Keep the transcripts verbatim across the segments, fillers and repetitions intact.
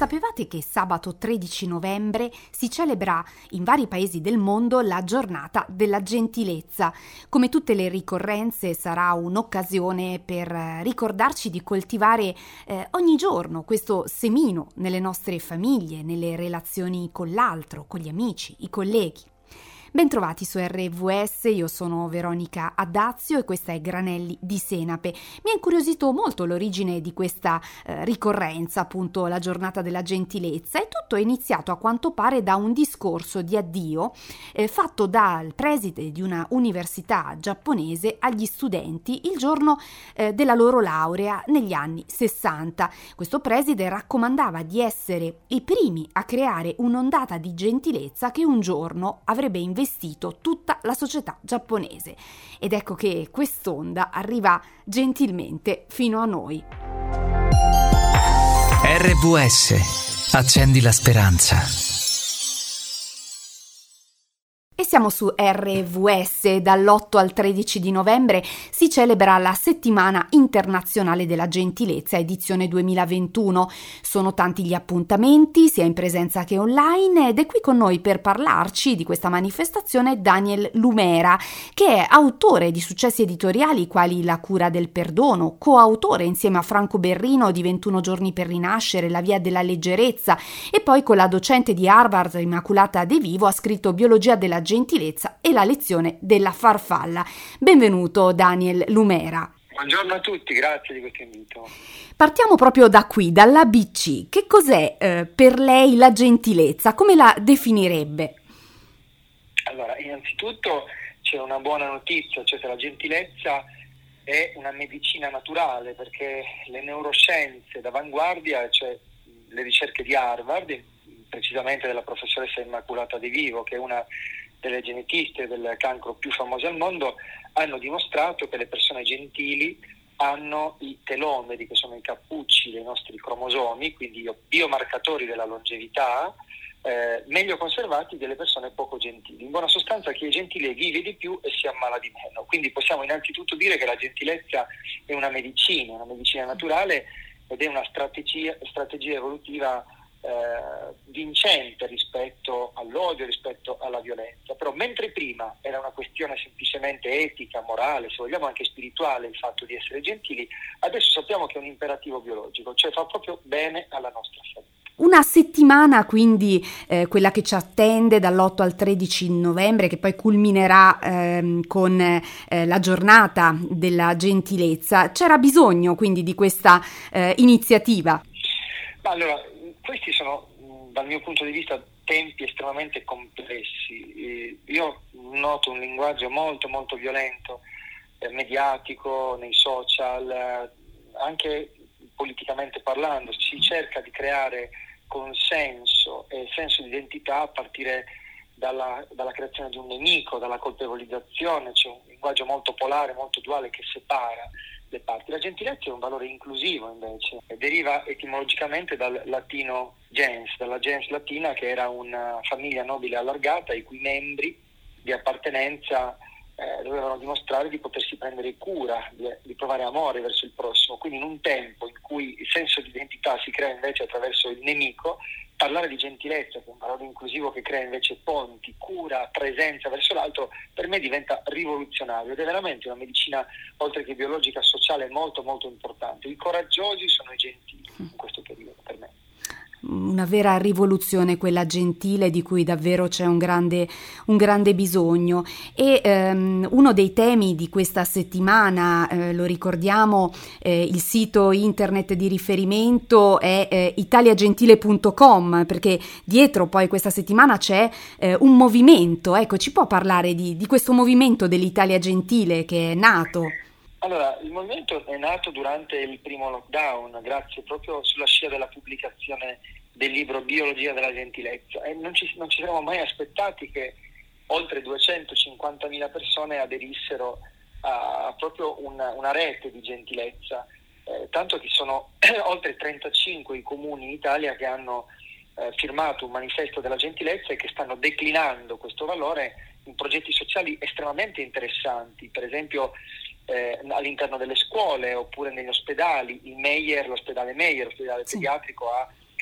sapevate che sabato tredici novembre si celebra in vari paesi del mondo la giornata della gentilezza? Come tutte le ricorrenze sarà un'occasione per ricordarci di coltivare eh, ogni giorno questo semino nelle nostre famiglie, nelle relazioni con l'altro, con gli amici, i colleghi. Bentrovati su R V S, io sono Veronica Addazio e questa è Granelli di Senape. Mi ha incuriosito molto l'origine di questa eh, ricorrenza, appunto la giornata della gentilezza, e tutto è iniziato a quanto pare da un discorso di addio eh, fatto dal preside di una università giapponese agli studenti il giorno eh, della loro laurea negli anni sessanta. Questo preside raccomandava di essere i primi a creare un'ondata di gentilezza che un giorno avrebbe investito tutta la società giapponese. Ed ecco che quest'onda arriva gentilmente fino a noi. R V S, accendi la speranza. E siamo su R V S. Dall'otto al tredici di novembre si celebra la Settimana Internazionale della Gentilezza, edizione duemilaventuno. Sono tanti gli appuntamenti, sia in presenza che online, ed è qui con noi per parlarci di questa manifestazione Daniel Lumera, che è autore di successi editoriali quali La cura del perdono, coautore insieme a Franco Berrino di ventuno giorni per rinascere, La via della leggerezza, e poi con la docente di Harvard Immaculata De Vivo ha scritto Biologia della gentilezza e la lezione della farfalla. Benvenuto Daniel Lumera. Buongiorno a tutti, grazie di questo invito. Partiamo proprio da qui, dall'A B C. Che cos'è eh, per lei la gentilezza? Come la definirebbe? Allora, innanzitutto c'è una buona notizia, cioè che la gentilezza è una medicina naturale, perché le neuroscienze d'avanguardia, cioè le ricerche di Harvard, precisamente della professoressa Immaculata De Vivo, che è una delle genetiste del cancro più famose al mondo, hanno dimostrato che le persone gentili hanno i telomeri, che sono i cappucci dei nostri cromosomi, quindi i biomarcatori della longevità, eh, meglio conservati delle persone poco gentili. In buona sostanza, chi è gentile vive di più e si ammala di meno. Quindi possiamo innanzitutto dire che la gentilezza è una medicina, una medicina naturale, ed è una strategia, strategia evolutiva Eh, vincente rispetto all'odio, rispetto alla violenza. Però mentre prima era una questione semplicemente etica, morale, se vogliamo anche spirituale, il fatto di essere gentili, adesso sappiamo che è un imperativo biologico, cioè fa proprio bene alla nostra salute. Una settimana quindi eh, quella che ci attende dall'otto al tredici novembre, che poi culminerà ehm, con eh, la giornata della gentilezza. C'era bisogno quindi di questa eh, iniziativa? Ma allora, questi sono, dal mio punto di vista, tempi estremamente complessi. Io noto un linguaggio molto molto violento, eh, mediatico, nei social, eh, anche politicamente parlando. Si cerca di creare consenso e senso di identità a partire dalla, dalla creazione di un nemico, dalla colpevolizzazione. C'è un linguaggio molto polare, molto duale, che separa le parti. La gentilezza è un valore inclusivo, invece, e deriva etimologicamente dal latino gens, dalla gens latina, che era una famiglia nobile allargata i cui membri di appartenenza eh, dovevano dimostrare di potersi prendere cura, di, di provare amore verso il prossimo. Quindi in un tempo in cui il senso di identità si crea invece attraverso il nemico, parlare di gentilezza, che è un valore inclusivo che crea invece ponti, cura, presenza verso l'altro, per me diventa rivoluzionario, ed è veramente una medicina, oltre che biologica, sociale, molto molto importante. I coraggiosi sono i gentili in questo periodo, per me. Una vera rivoluzione quella gentile, di cui davvero c'è un grande, un grande bisogno. E ehm, uno dei temi di questa settimana, eh, lo ricordiamo, eh, il sito internet di riferimento è eh, italiagentile punto com, perché dietro poi questa settimana c'è eh, un movimento. Ecco, ci può parlare di, di questo movimento dell'Italia Gentile che è nato? Allora, il movimento è nato durante il primo lockdown, grazie proprio sulla scia della pubblicazione del libro Biologia della gentilezza, e non ci, non ci siamo mai aspettati che oltre duecentocinquantamila persone aderissero a, a proprio una, una rete di gentilezza, eh, tanto che sono oltre trentacinque i comuni in Italia che hanno eh, firmato un manifesto della gentilezza e che stanno declinando questo valore in progetti sociali estremamente interessanti, per esempio eh, all'interno delle scuole oppure negli ospedali. Il Meyer, l'ospedale Meyer, l'ospedale sì. pediatrico, ha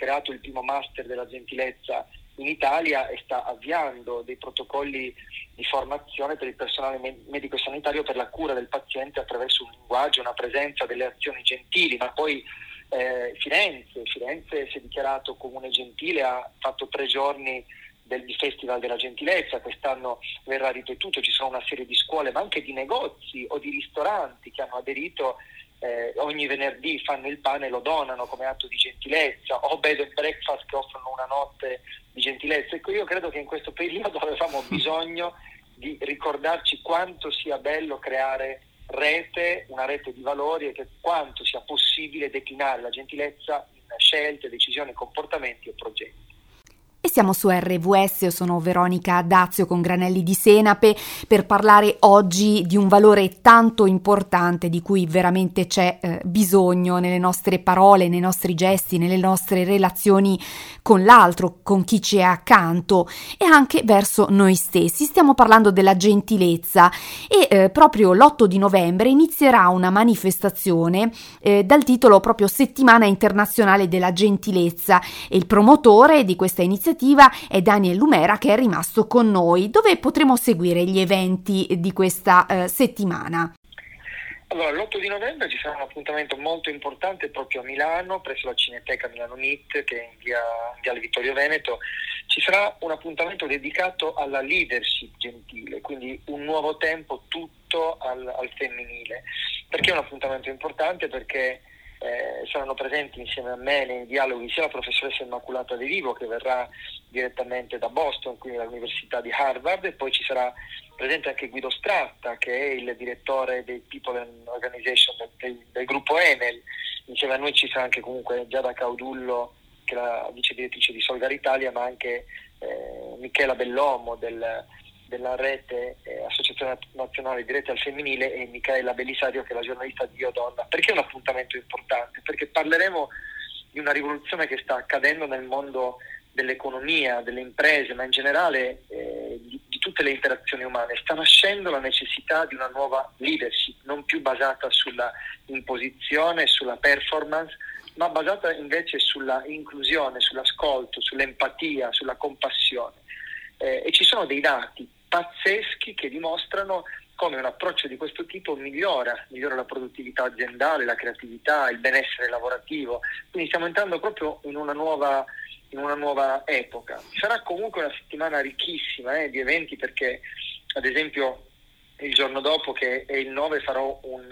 creato il primo master della gentilezza in Italia e sta avviando dei protocolli di formazione per il personale medico e sanitario per la cura del paziente attraverso un linguaggio, una presenza, delle azioni gentili. Ma poi eh, Firenze, Firenze si è dichiarato comune gentile, ha fatto tre giorni del Festival della Gentilezza, quest'anno verrà ripetuto, ci sono una serie di scuole ma anche di negozi o di ristoranti che hanno aderito. Eh, ogni venerdì fanno il pane e lo donano come atto di gentilezza, o bed and breakfast che offrono una notte di gentilezza. Ecco, io credo che in questo periodo avevamo bisogno di ricordarci quanto sia bello creare rete, una rete di valori, e che quanto sia possibile declinare la gentilezza in scelte, decisioni, comportamenti e progetti. E siamo su R V S, io sono Veronica Dazio con Granelli di Senape per parlare oggi di un valore tanto importante di cui veramente c'è eh, bisogno nelle nostre parole, nei nostri gesti, nelle nostre relazioni con l'altro, con chi ci è accanto e anche verso noi stessi. Stiamo parlando della gentilezza e eh, proprio l'otto di novembre inizierà una manifestazione eh, dal titolo proprio Settimana Internazionale della Gentilezza, e il promotore di questa iniziativa è Daniel Lumera, che è rimasto con noi. Dove potremo seguire gli eventi di questa eh, settimana? Allora, l'otto di novembre ci sarà un appuntamento molto importante proprio a Milano, presso la Cineteca Milano M I T, che è in via, in Viale Vittorio Veneto. Ci sarà un appuntamento dedicato alla leadership gentile, quindi un nuovo tempo tutto al, al femminile. Perché è un appuntamento importante? Perché Eh, saranno presenti insieme a me nei dialoghi sia la professoressa Immacolata De Vivo, che verrà direttamente da Boston, quindi dall'Università di Harvard, e poi ci sarà presente anche Guido Stratta, che è il direttore dei People and Organization del, del, del gruppo Enel. Insieme a noi ci sarà anche comunque Giada Caudullo, che è la vice direttrice di Solidar Italia, ma anche eh, Michela Bellomo del della rete eh, Associazione Nazionale di Rete al Femminile, e Micaela Belisario, che è la giornalista di Io Donna. Perché è un appuntamento importante? Perché parleremo di una rivoluzione che sta accadendo nel mondo dell'economia, delle imprese, ma in generale eh, di, di tutte le interazioni umane. Sta nascendo la necessità di una nuova leadership, non più basata sulla imposizione, sulla performance, ma basata invece sulla inclusione, sull'ascolto, sull'empatia, sulla compassione. Eh, e ci sono dei dati pazzeschi che dimostrano come un approccio di questo tipo migliora, migliora la produttività aziendale, la creatività, il benessere lavorativo. Quindi stiamo entrando proprio in una nuova, in una nuova epoca. Sarà comunque una settimana ricchissima eh, di eventi, perché ad esempio il giorno dopo, che è il nove, farò un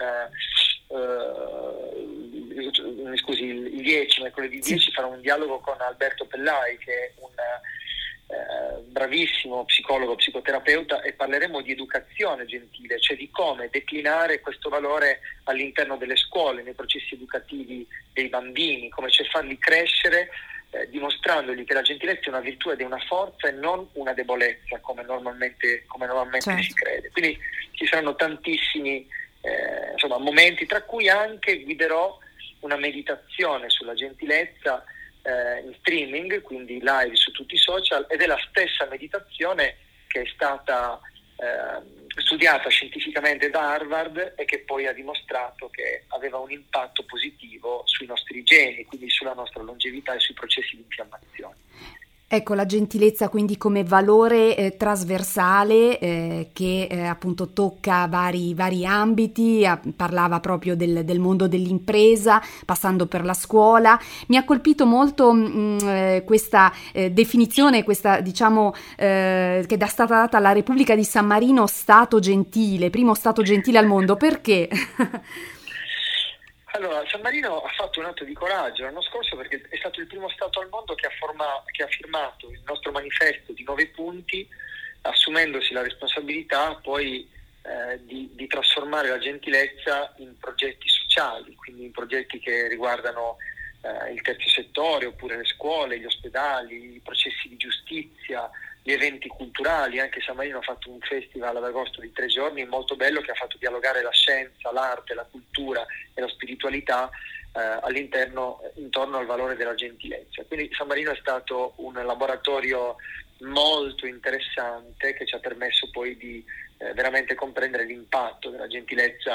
uh, mi scusi, il dieci, mercoledì dieci, farò un dialogo con Alberto Pellai, che è un Eh, bravissimo psicologo, psicoterapeuta, e parleremo di educazione gentile, cioè di come declinare questo valore all'interno delle scuole, nei processi educativi dei bambini, come cioè farli crescere eh, dimostrandogli che la gentilezza è una virtù ed è una forza e non una debolezza, come normalmente, come normalmente certo. si crede. Quindi ci saranno tantissimi eh, insomma, momenti, tra cui anche guiderò una meditazione sulla gentilezza in streaming, quindi live su tutti i social, ed è la stessa meditazione che è stata eh, studiata scientificamente da Harvard e che poi ha dimostrato che aveva un impatto positivo sui nostri geni, quindi sulla nostra longevità e sui processi di infiammazione. Ecco, la gentilezza quindi come valore eh, trasversale eh, che eh, appunto tocca vari, vari ambiti, a, parlava proprio del, del mondo dell'impresa, passando per la scuola. Mi ha colpito molto mh, eh, questa eh, definizione, questa diciamo eh, che è stata data alla Repubblica di San Marino, stato gentile, primo stato gentile al mondo. Perché? Allora, San Marino ha fatto un atto di coraggio l'anno scorso, perché è stato il primo Stato al mondo che ha, forma, che ha firmato il nostro manifesto di nove punti, assumendosi la responsabilità poi eh, di, di trasformare la gentilezza in progetti sociali, quindi in progetti che riguardano eh, il terzo settore, oppure le scuole, gli ospedali, i processi di giustizia, gli eventi culturali. Anche San Marino ha fatto un festival ad agosto di tre giorni molto bello, che ha fatto dialogare la scienza, l'arte, la cultura e la spiritualità eh, all'interno, intorno al valore della gentilezza. Quindi San Marino è stato un laboratorio molto interessante, che ci ha permesso poi di eh, veramente comprendere l'impatto della gentilezza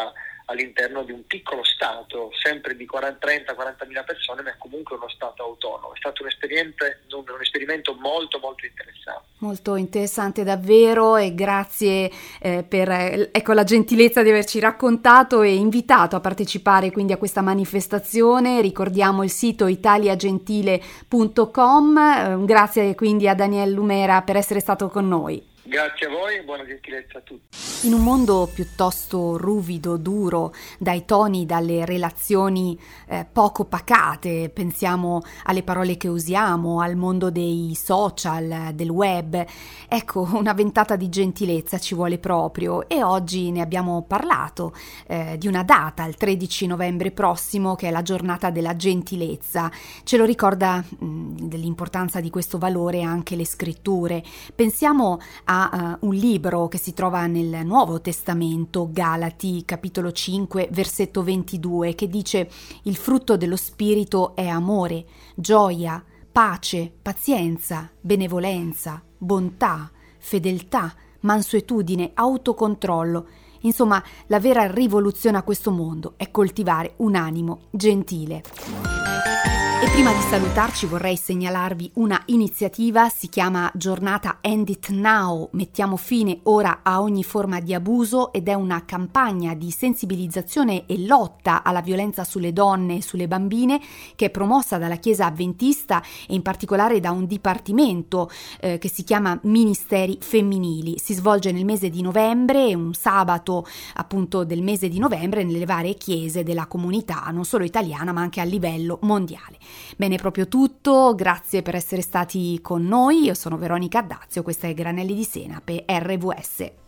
all'interno di un piccolo Stato, sempre di trenta quarantamila persone, ma comunque uno Stato autonomo. È stato un esperimento, un, un esperimento molto molto interessante. Molto interessante davvero, e grazie eh, per eh, ecco, la gentilezza di averci raccontato e invitato a partecipare quindi a questa manifestazione. Ricordiamo il sito italiagentile punto com. Eh, grazie quindi a Daniel Lumera per essere stato con noi. Grazie a voi e buona gentilezza a tutti. In un mondo piuttosto ruvido, duro, dai toni, dalle relazioni eh, poco pacate, pensiamo alle parole che usiamo, al mondo dei social, del web, ecco, una ventata di gentilezza ci vuole proprio, e oggi ne abbiamo parlato eh, di una data, il tredici novembre prossimo, che è la giornata della gentilezza. Ce lo ricorda mh, dell'importanza di questo valore anche le scritture. Pensiamo a Uh, un libro che si trova nel Nuovo Testamento, Galati, capitolo cinque, versetto ventidue, che dice: il frutto dello Spirito è amore, gioia, pace, pazienza, benevolenza, bontà, fedeltà, mansuetudine, autocontrollo. Insomma, la vera rivoluzione a questo mondo è coltivare un animo gentile. E prima di salutarci vorrei segnalarvi una iniziativa, si chiama Giornata End It Now, mettiamo fine ora a ogni forma di abuso, ed è una campagna di sensibilizzazione e lotta alla violenza sulle donne e sulle bambine che è promossa dalla Chiesa Adventista e in particolare da un dipartimento eh, che si chiama Ministeri Femminili. Si svolge nel mese di novembre, un sabato appunto del mese di novembre, nelle varie chiese della comunità, non solo italiana ma anche a livello mondiale. Bene, proprio tutto, grazie per essere stati con noi, io sono Veronica Addazio, questa è Granelli di Senape, R V S.